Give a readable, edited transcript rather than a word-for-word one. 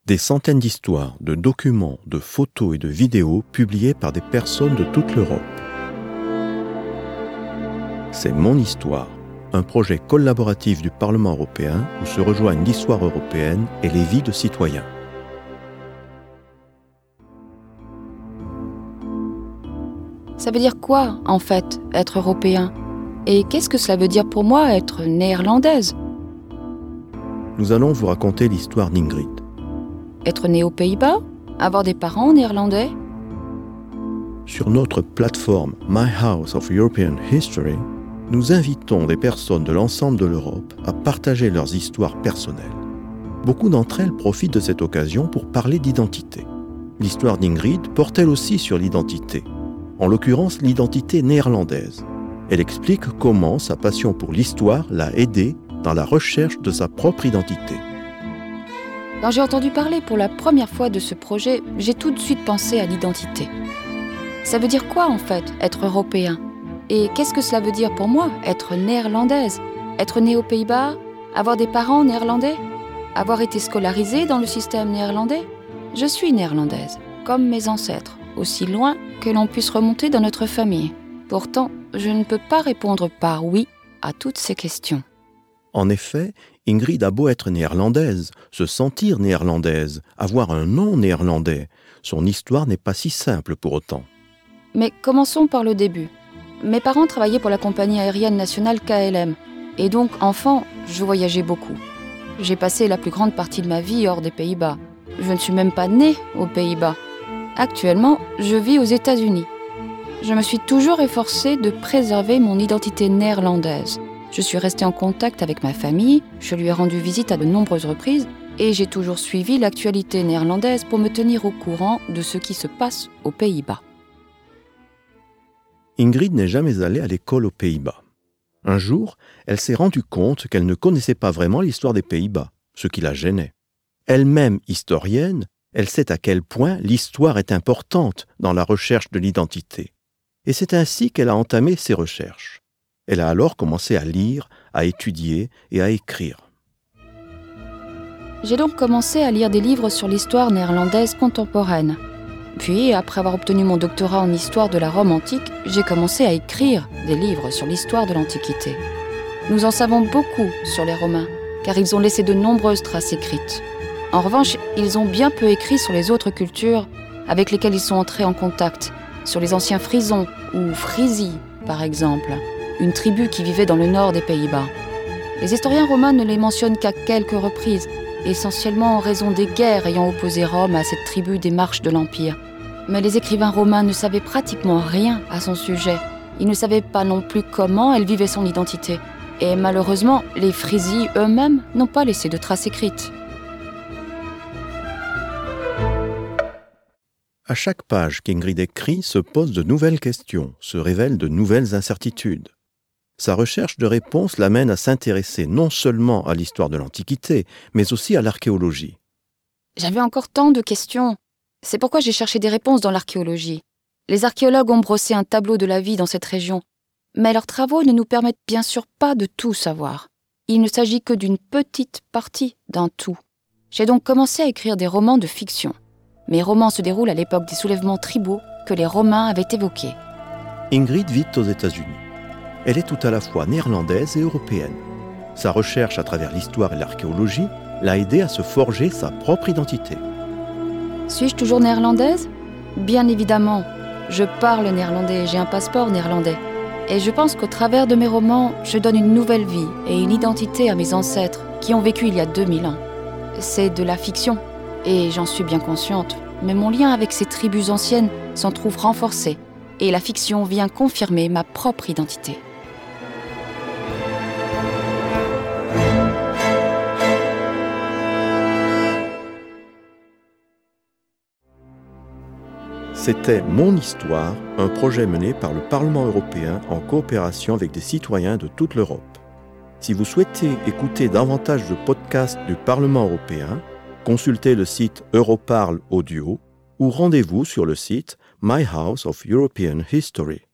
Des centaines d'histoires, de documents, de photos et de vidéos publiées par des personnes de toute l'Europe. C'est Mon Histoire, un projet collaboratif du Parlement européen où se rejoignent l'histoire européenne et les vies de citoyens. Ça veut dire quoi, en fait, être européen ? Et qu'est-ce que cela veut dire pour moi, être néerlandaise ? Nous allons vous raconter l'histoire d'Ingrid. Être née aux Pays-Bas ? Avoir des parents néerlandais ? Sur notre plateforme My House of European History, nous invitons des personnes de l'ensemble de l'Europe à partager leurs histoires personnelles. Beaucoup d'entre elles profitent de cette occasion pour parler d'identité. L'histoire d'Ingrid porte elle aussi sur l'identité, en l'occurrence l'identité néerlandaise. Elle explique comment sa passion pour l'histoire l'a aidée dans la recherche de sa propre identité. Quand j'ai entendu parler pour la première fois de ce projet, j'ai tout de suite pensé à l'identité. Ça veut dire quoi en fait, être européen ? Et qu'est-ce que cela veut dire pour moi, être néerlandaise ? Être née aux Pays-Bas ? Avoir des parents néerlandais ? Avoir été scolarisée dans le système néerlandais ? Je suis néerlandaise, comme mes ancêtres, aussi loin que l'on puisse remonter dans notre famille. Pourtant, je ne peux pas répondre par oui à toutes ces questions. En effet, Ingrid a beau être néerlandaise, se sentir néerlandaise, avoir un nom néerlandais, son histoire n'est pas si simple pour autant. Mais commençons par le début. Mes parents travaillaient pour la compagnie aérienne nationale KLM. Et donc, enfant, je voyageais beaucoup. J'ai passé la plus grande partie de ma vie hors des Pays-Bas. Je ne suis même pas née aux Pays-Bas. Actuellement, je vis aux États-Unis. Je me suis toujours efforcée de préserver mon identité néerlandaise. Je suis restée en contact avec ma famille, je lui ai rendu visite à de nombreuses reprises et j'ai toujours suivi l'actualité néerlandaise pour me tenir au courant de ce qui se passe aux Pays-Bas. Ingrid n'est jamais allée à l'école aux Pays-Bas. Un jour, elle s'est rendue compte qu'elle ne connaissait pas vraiment l'histoire des Pays-Bas, ce qui la gênait. Elle-même historienne, elle sait à quel point l'histoire est importante dans la recherche de l'identité. Et c'est ainsi qu'elle a entamé ses recherches. Elle a alors commencé à lire, à étudier et à écrire. J'ai donc commencé à lire des livres sur l'histoire néerlandaise contemporaine. Puis, après avoir obtenu mon doctorat en histoire de la Rome antique, j'ai commencé à écrire des livres sur l'histoire de l'Antiquité. Nous en savons beaucoup sur les Romains, car ils ont laissé de nombreuses traces écrites. En revanche, ils ont bien peu écrit sur les autres cultures avec lesquelles ils sont entrés en contact, sur les anciens Frisons ou Frisi, par exemple, une tribu qui vivait dans le nord des Pays-Bas. Les historiens romains ne les mentionnent qu'à quelques reprises, essentiellement en raison des guerres ayant opposé Rome à cette tribu des marches de l'Empire. Mais les écrivains romains ne savaient pratiquement rien à son sujet. Ils ne savaient pas non plus comment elle vivait son identité. Et malheureusement, les Frisi eux-mêmes n'ont pas laissé de traces écrites. À chaque page qu'Ingrid écrit se posent de nouvelles questions, se révèlent de nouvelles incertitudes. Sa recherche de réponses l'amène à s'intéresser non seulement à l'histoire de l'Antiquité, mais aussi à l'archéologie. J'avais encore tant de questions. C'est pourquoi j'ai cherché des réponses dans l'archéologie. Les archéologues ont brossé un tableau de la vie dans cette région, mais leurs travaux ne nous permettent bien sûr pas de tout savoir. Il ne s'agit que d'une petite partie d'un tout. J'ai donc commencé à écrire des romans de fiction. Mes romans se déroulent à l'époque des soulèvements tribaux que les Romains avaient évoqués. Ingrid vit aux États-Unis. Elle est tout à la fois néerlandaise et européenne. Sa recherche à travers l'histoire et l'archéologie l'a aidée à se forger sa propre identité. Suis-je toujours néerlandaise ? Bien évidemment. Je parle néerlandais, j'ai un passeport néerlandais. Et je pense qu'au travers de mes romans, je donne une nouvelle vie et une identité à mes ancêtres qui ont vécu il y a 2000 ans. C'est de la fiction, et j'en suis bien consciente, mais mon lien avec ces tribus anciennes s'en trouve renforcé, et la fiction vient confirmer ma propre identité. C'était Mon Histoire, un projet mené par le Parlement européen en coopération avec des citoyens de toute l'Europe. Si vous souhaitez écouter davantage de podcasts du Parlement européen, consultez le site Europarl Audio ou rendez-vous sur le site My House of European History.